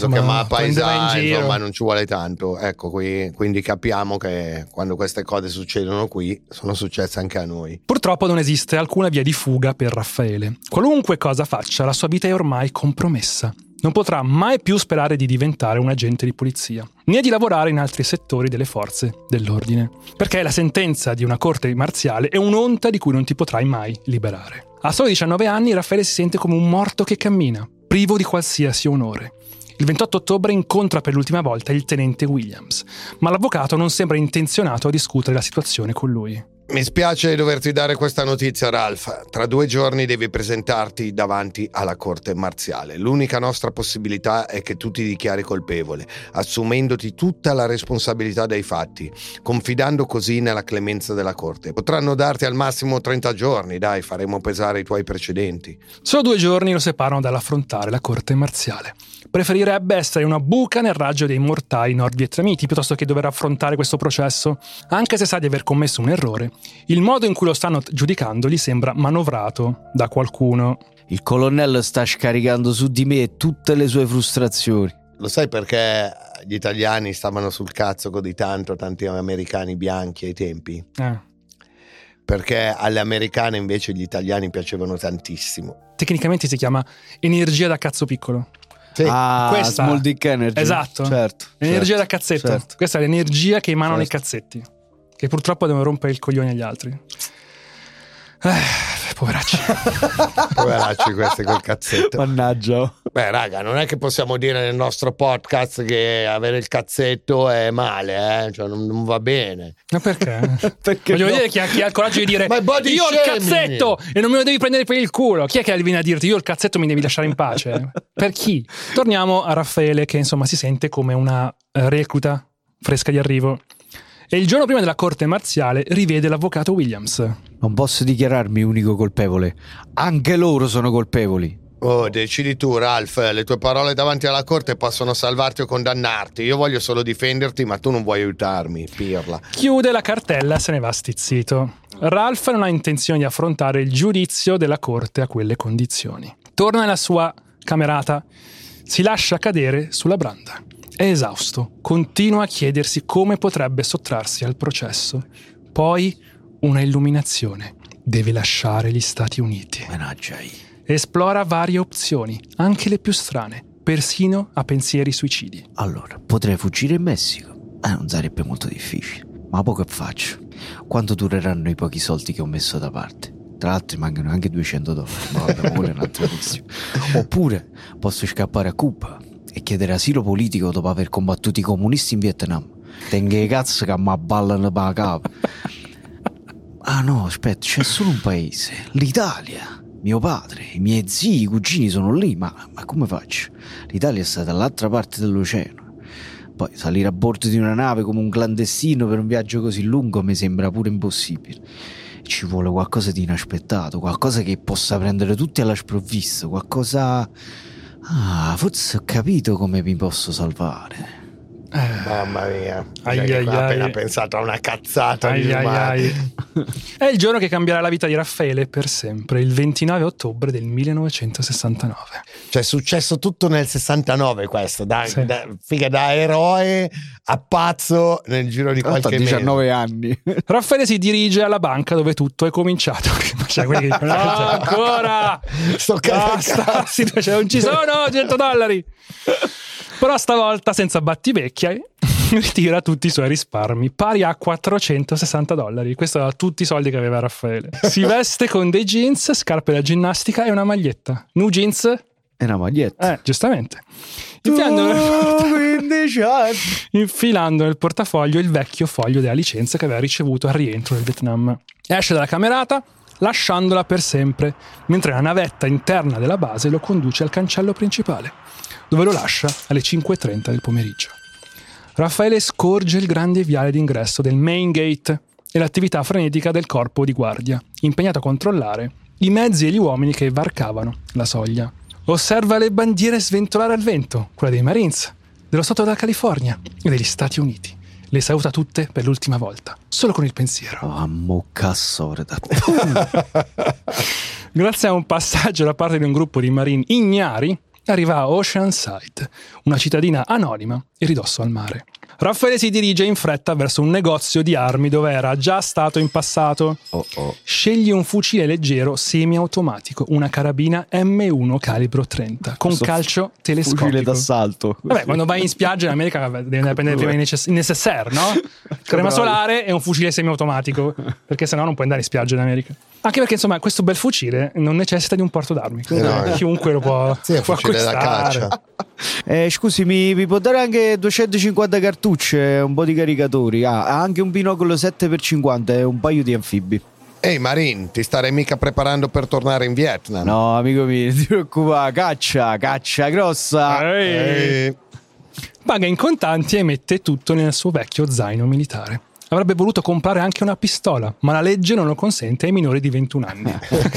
insomma non ci vuole tanto. Ecco, quindi capiamo che quando queste cose succedono qui sono successe anche a noi. Purtroppo non esiste alcuna via di fuga per Raffaele. Qualunque cosa faccia, la sua vita è ormai compromessa. Non potrà mai più sperare di diventare un agente di polizia, né di lavorare in altri settori delle forze dell'ordine, perché la sentenza di una corte marziale è un'onta di cui non ti potrai mai liberare. A solo 19 anni Raffaele si sente come un morto che cammina, privo di qualsiasi onore. Il 28 ottobre incontra per l'ultima volta il tenente Williams, ma l'avvocato non sembra intenzionato a discutere la situazione con lui. Mi spiace doverti dare questa notizia, Ralph. Tra 2 giorni devi presentarti davanti alla corte marziale. L'unica nostra possibilità è che tu ti dichiari colpevole, assumendoti tutta la responsabilità dei fatti, confidando così nella clemenza della corte. Potranno darti al massimo 30 giorni, dai, faremo pesare i tuoi precedenti. Solo 2 giorni lo separano dall'affrontare la corte marziale. Preferirebbe essere una buca nel raggio dei mortai nordvietnamiti piuttosto che dover affrontare questo processo, anche se sa di aver commesso un errore. Il modo in cui lo stanno giudicando gli sembra manovrato da qualcuno. Il colonnello sta scaricando su di me tutte le sue frustrazioni. Lo sai perché gli italiani stavano sul cazzo così tanti americani bianchi ai tempi? Perché alle americane invece gli italiani piacevano tantissimo. Tecnicamente si chiama energia da cazzo piccolo. Sì. Questa Small Dick Energy. Esatto, certo, l'energia da cazzetto, certo. Questa è l'energia che emanano i cazzetti, che purtroppo devono rompere il coglione agli altri. Poveracci. Poveracci questi col cazzetto. Mannaggia. Beh raga, non è che possiamo dire nel nostro podcast che avere il cazzetto è male, Cioè non va bene. Ma perché? Perché voglio vedere chi ha il coraggio di dire io ho il cazzetto e non me lo devi prendere per il culo. Chi è che viene a dirti io il cazzetto mi devi lasciare in pace? Per chi? Torniamo a Raffaele che insomma si sente come una recluta fresca di arrivo. E il giorno prima della corte marziale rivede l'avvocato Williams. Non posso dichiararmi unico colpevole. Anche loro sono colpevoli. Oh, decidi tu, Ralph. Le tue parole davanti alla corte possono salvarti o condannarti. Io voglio solo difenderti, ma tu non vuoi aiutarmi, pirla. Chiude la cartella e se ne va stizzito. Ralph non ha intenzione di affrontare il giudizio della corte a quelle condizioni. Torna nella sua camerata, si lascia cadere sulla branda. È esausto, continua a chiedersi come potrebbe sottrarsi al processo. Poi una illuminazione. Deve lasciare gli Stati Uniti. Esplora varie opzioni, anche le più strane, persino a pensieri suicidi. Allora, potrei fuggire in Messico? Non sarebbe molto difficile. Ma poi che faccio? Quanto dureranno i pochi soldi che ho messo da parte? Tra l'altro mancano anche $200. Ma vabbè, quella è un'altra questione. Oppure posso scappare a Cuba e chiedere asilo politico dopo aver combattuto i comunisti in Vietnam. Tengo i cazzo che mi abballano per la capa. Ah no, aspetta, c'è solo un paese, l'Italia. Mio padre, i miei zii, i cugini sono lì, ma come faccio? L'Italia sta dall'altra parte dell'oceano. Poi salire a bordo di una nave come un clandestino per un viaggio così lungo mi sembra pure impossibile. Ci vuole qualcosa di inaspettato, qualcosa che possa prendere tutti alla sprovvista, qualcosa... forse ho capito come mi posso salvare. Mamma mia, ho appena pensato a una cazzata di È il giorno che cambierà la vita di Raffaele per sempre, il 29 ottobre del 1969. Cioè è successo tutto nel 69 questo, Sì. da eroe a pazzo nel giro di qualche mese. 19 anni. Raffaele si dirige alla banca dove tutto è cominciato. C'è quelli che dicono: no, ancora! Sto Basta! Cioè, non ci sono $100! Però stavolta, senza battivecchia, ritira tutti i suoi risparmi, pari a $460. Questo era tutti i soldi che aveva Raffaele. Si veste con dei jeans, scarpe da ginnastica e una maglietta. New jeans. È una maglietta. Giustamente. Infilando nel portafoglio il vecchio foglio della licenza che aveva ricevuto al rientro del Vietnam. Esce dalla camerata, lasciandola per sempre, mentre la navetta interna della base lo conduce al cancello principale, dove lo lascia alle 5:30 del pomeriggio. Raffaele scorge il grande viale d'ingresso del Main Gate e l'attività frenetica del corpo di guardia, impegnato a controllare i mezzi e gli uomini che varcavano la soglia. Osserva le bandiere sventolare al vento, quella dei Marines, dello Stato della California e degli Stati Uniti. Le saluta tutte per l'ultima volta, solo con il pensiero. Ammocassore da Grazie a un passaggio da parte di un gruppo di Marine ignari, arriva a Oceanside, una cittadina anonima e ridosso al mare. Raffaele si dirige in fretta verso un negozio di armi dove era già stato in passato. Sceglie un fucile leggero semiautomatico, una carabina M1 calibro 30 con calcio telescopico. Fucile d'assalto. Vabbè, quando vai in spiaggia in America devi andare a prendere prima il necessaire, no? Crema solare e un fucile semiautomatico, perché sennò non puoi andare in spiaggia in America. Anche perché insomma questo bel fucile non necessita di un porto d'armi, chiunque lo può, può acquistare. Scusi, mi può dare anche 250 cartucce, un po' di caricatori, anche un binocolo 7x50 e un paio di anfibi. Ehi Marin, ti starei mica preparando per tornare in Vietnam? No, amico mio, non ti preoccupare, caccia grossa. Paga in contanti e mette tutto nel suo vecchio zaino militare. Avrebbe voluto comprare anche una pistola, ma la legge non lo consente ai minori di 21 anni.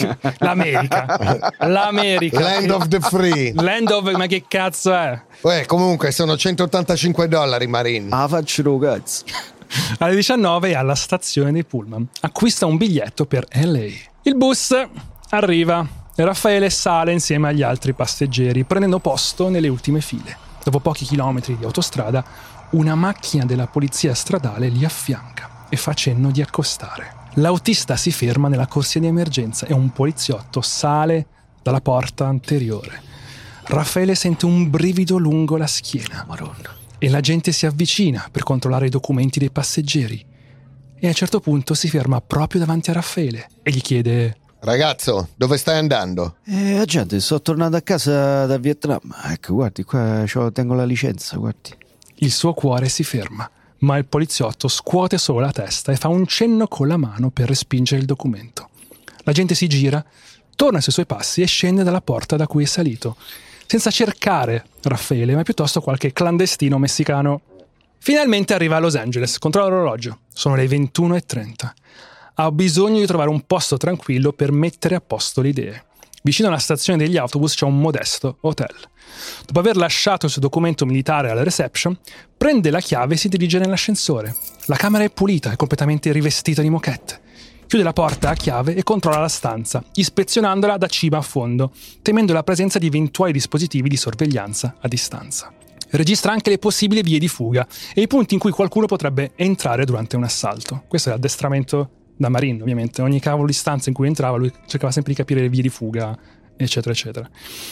L'America. Land of the free. Ma che cazzo è? Comunque sono $185, Marin. Faccio cazzo. Alle 19 è alla stazione dei pullman. Acquista un biglietto per LA. Il bus arriva e Raffaele sale insieme agli altri passeggeri, prendendo posto nelle ultime file. Dopo pochi chilometri di autostrada, una macchina della polizia stradale li affianca e fa cenno di accostare. L'autista si ferma nella corsia di emergenza e un poliziotto sale dalla porta anteriore. Raffaele sente un brivido lungo la schiena. Madonna. E l'agente si avvicina per controllare i documenti dei passeggeri. E a un certo punto si ferma proprio davanti a Raffaele e gli chiede: ragazzo, dove stai andando? Agente, sto tornando a casa dal Vietnam. Ecco, guardi, qua tengo la licenza, guardi. Il suo cuore si ferma, ma il poliziotto scuote solo la testa e fa un cenno con la mano per respingere il documento. L'agente si gira, torna sui suoi passi e scende dalla porta da cui è salito, senza cercare Raffaele, ma piuttosto qualche clandestino messicano. Finalmente arriva a Los Angeles, controlla l'orologio. Sono le 21:30. Ha bisogno di trovare un posto tranquillo per mettere a posto le idee. Vicino alla stazione degli autobus c'è un modesto hotel. Dopo aver lasciato il suo documento militare alla reception, prende la chiave e si dirige nell'ascensore. La camera è pulita e completamente rivestita di moquette. Chiude la porta a chiave e controlla la stanza, ispezionandola da cima a fondo, temendo la presenza di eventuali dispositivi di sorveglianza a distanza. Registra anche le possibili vie di fuga e i punti in cui qualcuno potrebbe entrare durante un assalto. Questo è l'addestramento da Marine, ovviamente. Ogni cavolo di stanza in cui entrava lui cercava sempre di capire le vie di fuga, eccetera eccetera.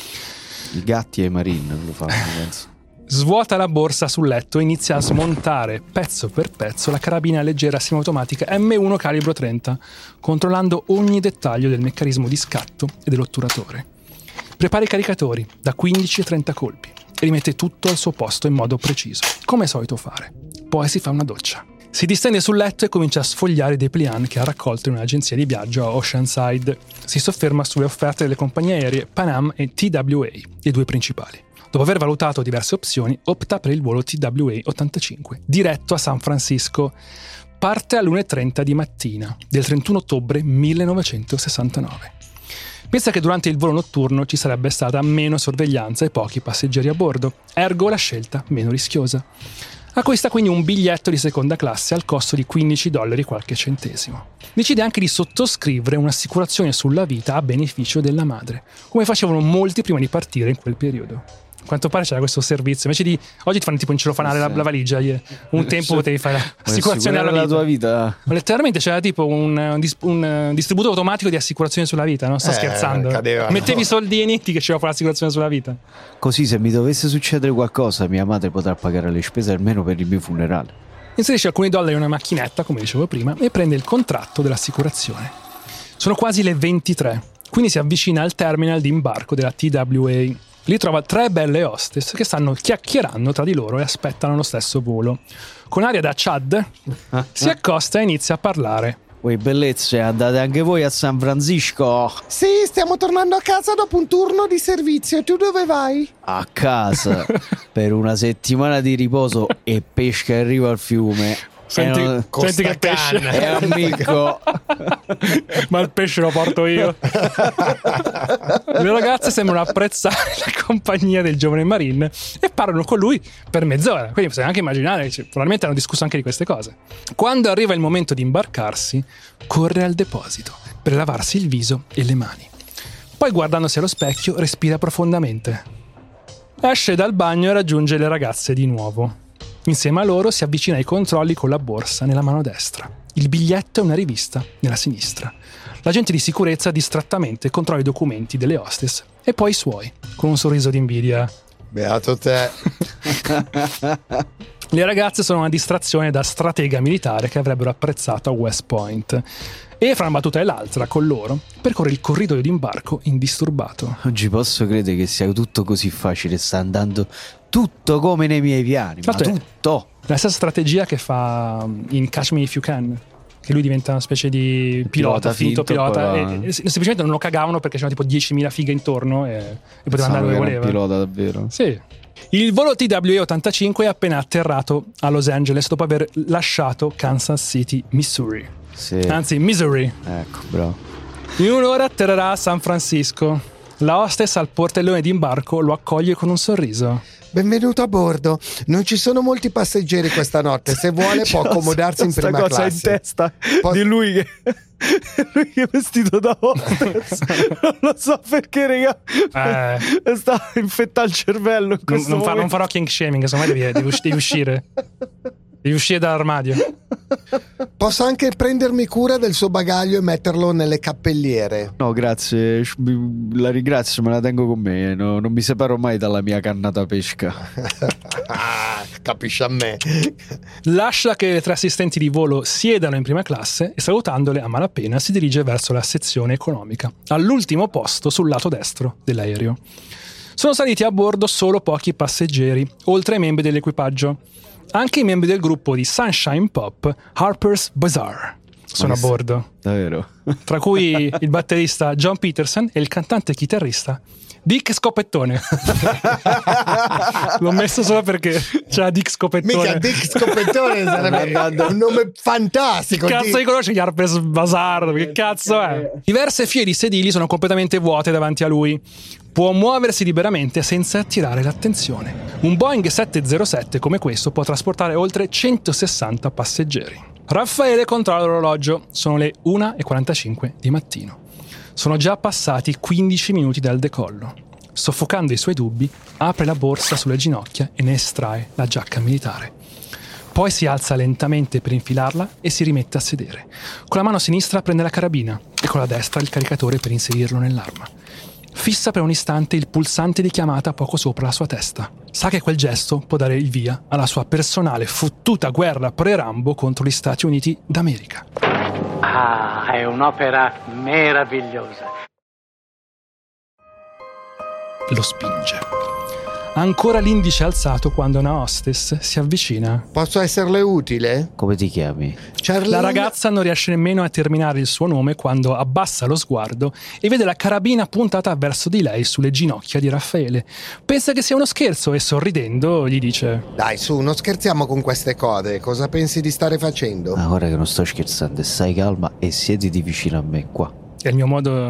I gatti ai Marine non lo fanno, penso. Svuota la borsa sul letto e inizia a smontare pezzo per pezzo la carabina leggera semiautomatica M1 calibro 30, controllando ogni dettaglio del meccanismo di scatto e dell'otturatore. Prepara i caricatori da 15 a 30 colpi e rimette tutto al suo posto in modo preciso, come è solito fare. Poi si fa una doccia. Si distende sul letto e comincia a sfogliare i dépliant che ha raccolto in un'agenzia di viaggio a Oceanside. Si sofferma sulle offerte delle compagnie aeree Pan Am e TWA, le due principali. Dopo aver valutato diverse opzioni, opta per il volo TWA 85, diretto a San Francisco. Parte alle 1:30 di mattina, del 31 ottobre 1969. Pensa che durante il volo notturno ci sarebbe stata meno sorveglianza e pochi passeggeri a bordo, ergo la scelta meno rischiosa. Acquista quindi un biglietto di seconda classe al costo di $15 qualche centesimo. Decide anche di sottoscrivere un'assicurazione sulla vita a beneficio della madre, come facevano molti prima di partire in quel periodo. A quanto pare c'era questo servizio, invece di oggi ti fanno tipo incelofanare la valigia, un tempo potevi fare l'assicurazione alla vita. Tua vita. Letteralmente c'era tipo un distributore automatico di assicurazione sulla vita, non sto scherzando. Mettevi i soldini, ti faceva fare l'assicurazione sulla vita. Così se mi dovesse succedere qualcosa, mia madre potrà pagare le spese almeno per il mio funerale. Inserisce alcuni dollari in una macchinetta, come dicevo prima, e prende il contratto dell'assicurazione. Sono quasi le 23, quindi si avvicina al terminal di imbarco della TWA. Lì trova 3 belle hostess che stanno chiacchierando tra di loro e aspettano lo stesso volo. Con aria da Chad, si accosta e inizia a parlare. Voi bellezze, andate anche voi a San Francisco? Sì, stiamo tornando a casa dopo un turno di servizio. E tu dove vai? A casa, per una settimana di riposo e pesca in riva al fiume. Senti che pesce è amico. Ma il pesce lo porto io. Le ragazze sembrano apprezzare la compagnia del giovane Marine e parlano con lui per mezz'ora. Quindi potete anche immaginare, probabilmente hanno discusso anche di queste cose. Quando arriva il momento di imbarcarsi, corre al deposito per lavarsi il viso e le mani. Poi, guardandosi allo specchio, respira profondamente. Esce dal bagno e raggiunge le ragazze di nuovo. Insieme a loro si avvicina ai controlli con la borsa nella mano destra, il biglietto e una rivista nella sinistra. L'agente di sicurezza distrattamente controlla i documenti delle hostess e poi i suoi, con un sorriso di invidia. Beato te. Le ragazze sono una distrazione da stratega militare che avrebbero apprezzato a West Point. E fra una battuta e l'altra, con loro, percorre il corridoio d'imbarco indisturbato. Oggi posso credere che sia tutto così facile, sta andando tutto come nei miei piani, ma tutto. La stessa strategia che fa in Catch Me If You Can, che lui diventa una specie di pilota, finto pilota, e semplicemente non lo cagavano perché c'erano tipo 10.000 fighe intorno e poteva andare dove voleva. Pilota davvero. Sì. Il volo TWA-85 è appena atterrato a Los Angeles dopo aver lasciato Kansas City, Missouri. Sì. Anzi, Missouri. Ecco, bravo. In un'ora atterrerà a San Francisco. La hostess al portellone d'imbarco lo accoglie con un sorriso. Benvenuto a bordo. Non ci sono molti passeggeri questa notte. Se vuole può accomodarsi in prima cosa classe. In testa di lui che è vestito da hostess. Non lo so perché, raga. Sta infettando il cervello in questo momento. Non farò king shaming, insomma devi uscire. Devi uscire dall'armadio. Posso anche prendermi cura del suo bagaglio e metterlo nelle cappelliere. No, grazie, la ringrazio, me la tengo con me. No, non mi separo mai dalla mia cannata pesca. Capisci a me. Lascia che le 3 assistenti di volo siedano in prima classe e, salutandole a malapena, si dirige verso la sezione economica, all'ultimo posto sul lato destro dell'aereo. Sono saliti a bordo solo pochi passeggeri, oltre ai membri dell'equipaggio. Anche i membri del gruppo di Sunshine Pop, Harper's Bazaar, sono a bordo. Davvero? Tra cui il batterista John Peterson e il cantante e chitarrista Dick Scopettone. L'ho messo solo perché c'era Dick Scopettone. Mica Dick Scopettone sarebbe un nome fantastico. Che cazzo di conosci gli Harper's Bazaar? Che cazzo è? Diverse file di sedili sono completamente vuote davanti a lui. Può muoversi liberamente senza attirare l'attenzione. Un Boeing 707 come questo può trasportare oltre 160 passeggeri. Raffaele controlla l'orologio. Sono le 1:45 di mattino. Sono già passati 15 minuti dal decollo. Soffocando i suoi dubbi, apre la borsa sulle ginocchia e ne estrae la giacca militare. Poi si alza lentamente per infilarla e si rimette a sedere. Con la mano sinistra prende la carabina e con la destra il caricatore per inserirlo nell'arma. Fissa per un istante il pulsante di chiamata poco sopra la sua testa. Sa che quel gesto può dare il via alla sua personale fottuta guerra pre-Rambo contro gli Stati Uniti d'America. Ah, è un'opera meravigliosa. Lo spinge. Ha ancora l'indice alzato quando una hostess si avvicina. Posso esserle utile? Come ti chiami? Charlene? La ragazza non riesce nemmeno a terminare il suo nome quando abbassa lo sguardo e vede la carabina puntata verso di lei sulle ginocchia di Raffaele. Pensa che sia uno scherzo e, sorridendo, gli dice: Dai, su, non scherziamo con queste cose. Cosa pensi di stare facendo? Ora che non sto scherzando, stai calma e siediti vicino a me qua. È il mio modo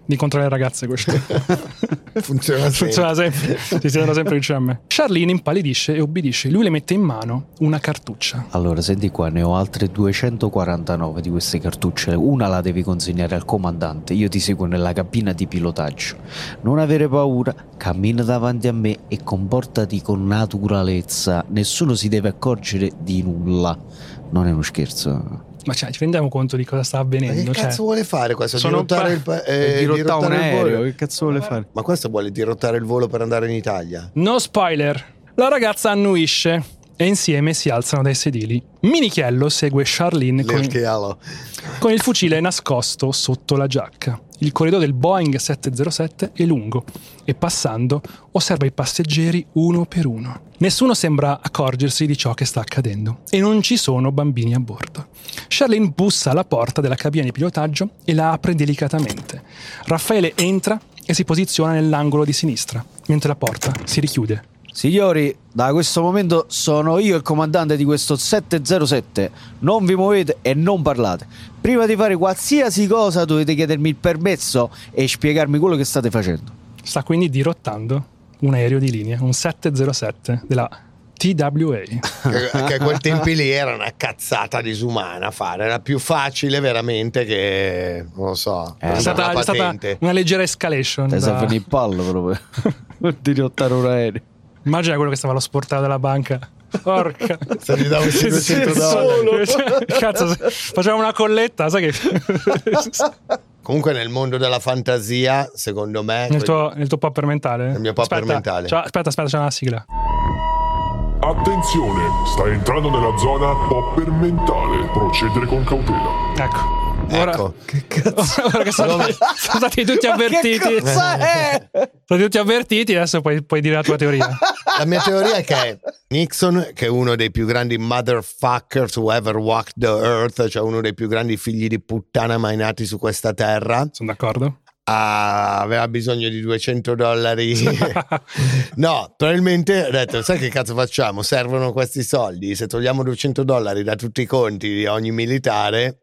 di controllare le ragazze questo. Funziona sempre. Si siedono sempre vicino a me. Charlene impallidisce e obbedisce. Lui le mette in mano una cartuccia. Allora, senti qua, ne ho altre 249 di queste cartucce. Una la devi consegnare al comandante. Io ti seguo nella cabina di pilotaggio. Non avere paura, cammina davanti a me e comportati con naturalezza. Nessuno si deve accorgere di nulla. Non è uno scherzo. Ma ci rendiamo conto di cosa sta avvenendo? Ma che cazzo vuole fare questo? Dirottare un aereo, che cazzo vuole fare? Ma questo vuole dirottare il volo per andare in Italia? No spoiler. La ragazza annuisce e insieme si alzano dai sedili. Minichiello segue Charlene con il fucile nascosto sotto la giacca. Il corridoio del Boeing 707 è lungo e passando osserva i passeggeri uno per uno. Nessuno sembra accorgersi di ciò che sta accadendo e non ci sono bambini a bordo. Charlene bussa alla porta della cabina di pilotaggio e la apre delicatamente. Raffaele entra e si posiziona nell'angolo di sinistra, mentre la porta si richiude. Signori, da questo momento sono io il comandante di questo 707. Non vi muovete e non parlate. Prima di fare qualsiasi cosa dovete chiedermi il permesso e spiegarmi quello che state facendo. Sta quindi dirottando un aereo di linea, un 707 della TWA. Che a quel tempi lì era una cazzata disumana fare. Era più facile veramente che, non lo so, è stata una leggera escalation. Sei in pallo proprio per dirottare un aereo. Immagina quello che stava allo sportello della banca. Porca. Se gli davo $500. Cazzo, facciamo una colletta, sai che... Comunque nel mondo della fantasia, secondo me... Nel tuo popper mentale? Nel mio popper mentale. Aspetta, c'è una sigla. Attenzione, stai entrando nella zona popper mentale. Procedere con cautela. Ecco. Ora, che cazzo? Ora che sono stati tutti avvertiti. Che cosa è? Sono tutti avvertiti, adesso puoi dire la tua teoria. La mia teoria è che Nixon, che è uno dei più grandi motherfuckers who ever walked the earth, cioè uno dei più grandi figli di puttana mai nati su questa terra. Sono d'accordo. Aveva bisogno di $200. No, probabilmente ha detto: sai che cazzo facciamo? Servono questi soldi. Se togliamo $200 da tutti i conti di ogni militare,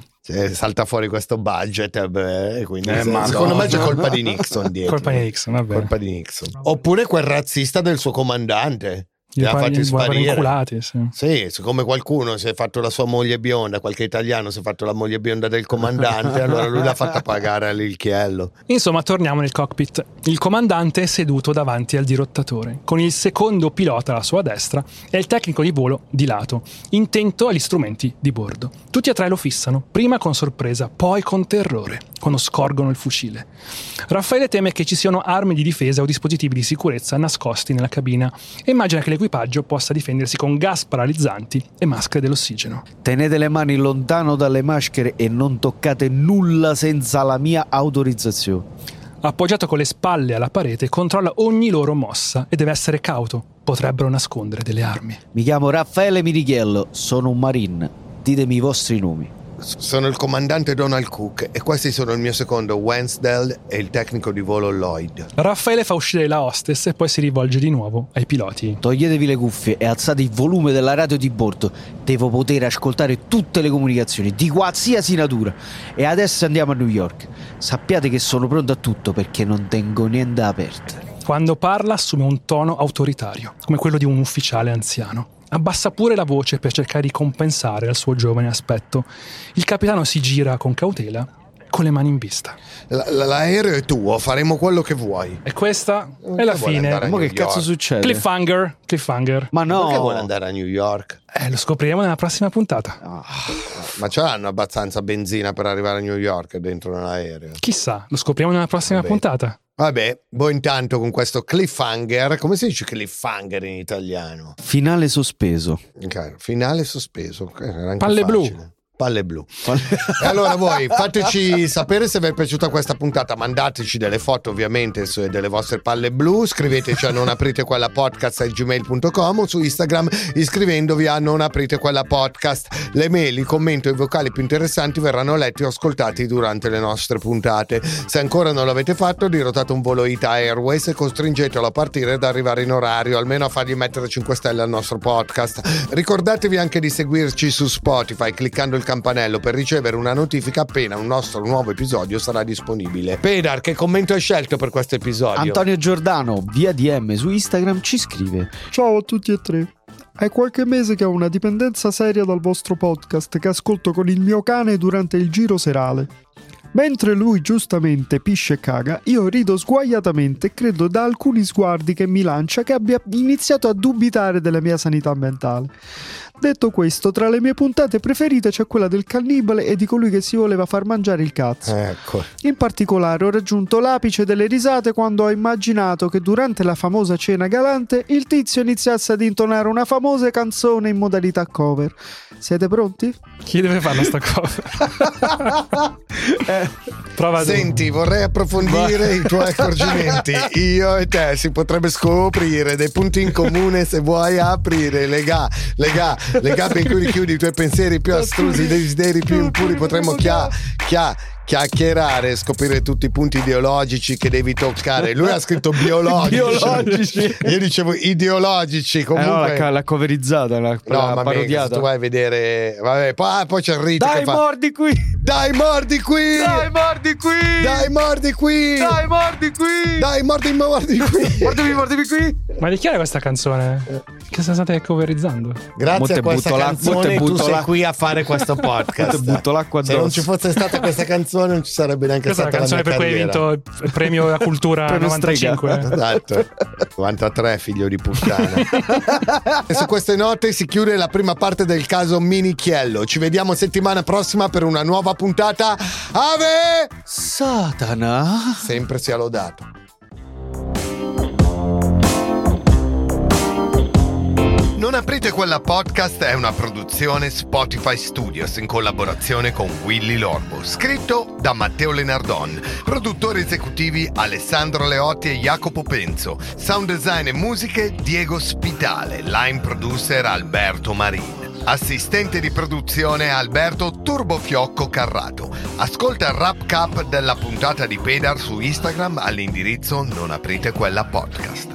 salta fuori questo budget, e quindi secondo me c'è colpa di Nixon dietro. Colpa di Nixon, vabbè. Colpa di Nixon. Oppure quel razzista del suo comandante. Li ha fatti sparire. Inculati, sì. Sì, siccome qualcuno si è fatto la sua moglie bionda, qualche italiano si è fatto la moglie bionda del comandante, allora lui l'ha fatta pagare all'Ilchiello. Insomma, torniamo nel cockpit. Il comandante è seduto davanti al dirottatore, con il secondo pilota alla sua destra e il tecnico di volo di lato, intento agli strumenti di bordo. Tutti e tre lo fissano, prima con sorpresa, poi con terrore, quando scorgono il fucile. Raffaele teme che ci siano armi di difesa o dispositivi di sicurezza nascosti nella cabina e immagina che l'equipaggio possa difendersi con gas paralizzanti e maschere dell'ossigeno. Tenete le mani lontano dalle maschere e non toccate nulla senza la mia autorizzazione. Appoggiato con le spalle alla parete, controlla ogni loro mossa e deve essere cauto. Potrebbero nascondere delle armi. Mi chiamo Raffaele Minichiello, sono un marine. Ditemi i vostri nomi. Sono il comandante Donald Cook e questi sono il mio secondo Wensdale e il tecnico di volo Lloyd. Raffaele fa uscire la hostess e poi si rivolge di nuovo ai piloti. Toglietevi le cuffie e alzate il volume della radio di bordo. Devo poter ascoltare tutte le comunicazioni di qualsiasi natura. E adesso andiamo a New York. Sappiate che sono pronto a tutto perché non tengo niente da perdere. Quando parla assume un tono autoritario, come quello di un ufficiale anziano. Abbassa pure la voce per cercare di compensare al suo giovane aspetto. Il capitano si gira con cautela, con le mani in vista. L'aereo è tuo, faremo quello che vuoi. E questa è la fine. Ma che cazzo succede? Cliffhanger. Ma no! Perché vuole andare a New York? Lo scopriremo nella prossima puntata. Ma ce l'hanno abbastanza benzina per arrivare a New York dentro nell'aereo? Chissà, lo scopriamo nella prossima puntata. Vabbè, voi intanto con questo cliffhanger, come si dice cliffhanger in italiano? Finale sospeso. Okay, finale sospeso. Era anche Palle facile. blu. Palle blu. E allora voi fateci sapere se vi è piaciuta questa puntata, mandateci delle foto ovviamente delle vostre palle blu, scriveteci a nonapritequellapodcast@gmail.com o su Instagram iscrivendovi a Non Aprite Quella Podcast. Le mail, i commenti e i vocali più interessanti verranno letti o ascoltati durante le nostre puntate. Se ancora non l'avete fatto, dirottate un volo Ita Airways e costringetelo a partire ed arrivare in orario, almeno a fargli mettere 5 stelle al nostro podcast. Ricordatevi anche di seguirci su Spotify cliccando il campanello per ricevere una notifica appena un nostro nuovo episodio sarà disponibile. Pedar, che commento hai scelto per questo episodio? Antonio Giordano, via DM su Instagram, ci scrive: ciao a tutti e tre. È qualche mese che ho una dipendenza seria dal vostro podcast che ascolto con il mio cane durante il giro serale. Mentre lui giustamente pisce e caga, io rido sguaiatamente e credo da alcuni sguardi che mi lancia che abbia iniziato a dubitare della mia sanità mentale. Detto questo, tra le mie puntate preferite c'è quella del cannibale e di colui che si voleva far mangiare il cazzo. Ecco. In particolare ho raggiunto l'apice delle risate quando ho immaginato che durante la famosa cena galante il tizio iniziasse ad intonare una famosa canzone in modalità cover. Siete pronti? Chi deve farla sta cover? Prova. Senti, vorrei approfondire i tuoi accorgimenti. Io e te si potrebbe scoprire dei punti in comune se vuoi aprire le gabbie in cui richiudi i tuoi pensieri più astrusi, i desideri più impuri. Potremmo chiacchierare, scoprire tutti i punti ideologici che devi toccare. Lui ha scritto biologici. Io dicevo ideologici. Comunque no, l'ha coverizzata, l'ha parodiata. Tu vai a vedere. Vabbè, poi c'è il rito. Dai, mordi qui! Dai, mordi qui! Dai, mordi qui! Dai, mordi qui! Dai, mordi qui! Dai, mordimi qui! Mordimi qui! Ma di chi era questa canzone? Che state coverizzando? Grazie a questa canzone tu sei qui a fare questo podcast. Butto l'acqua addosso. Se non ci fosse stata questa canzone non ci sarebbe neanche stata la mia canzone per cui hai vinto il premio alla cultura 95. Esatto. 93, figlio di puttana. E su queste note si chiude la prima parte del caso Minichiello. Ci vediamo settimana prossima per una nuova puntata. Ave Satana. Sempre sia lodato. Non aprite quella podcast è una produzione Spotify Studios in collaborazione con Willy Lorbo. Scritto da Matteo Lenardon. Produttori esecutivi Alessandro Leotti e Jacopo Penzo. Sound design e musiche Diego Spitale. Line producer Alberto Marin. Assistente di produzione Alberto Turbofiocco Carrato. Ascolta il wrap up della puntata di Pedar su Instagram all'indirizzo Non aprite quella podcast.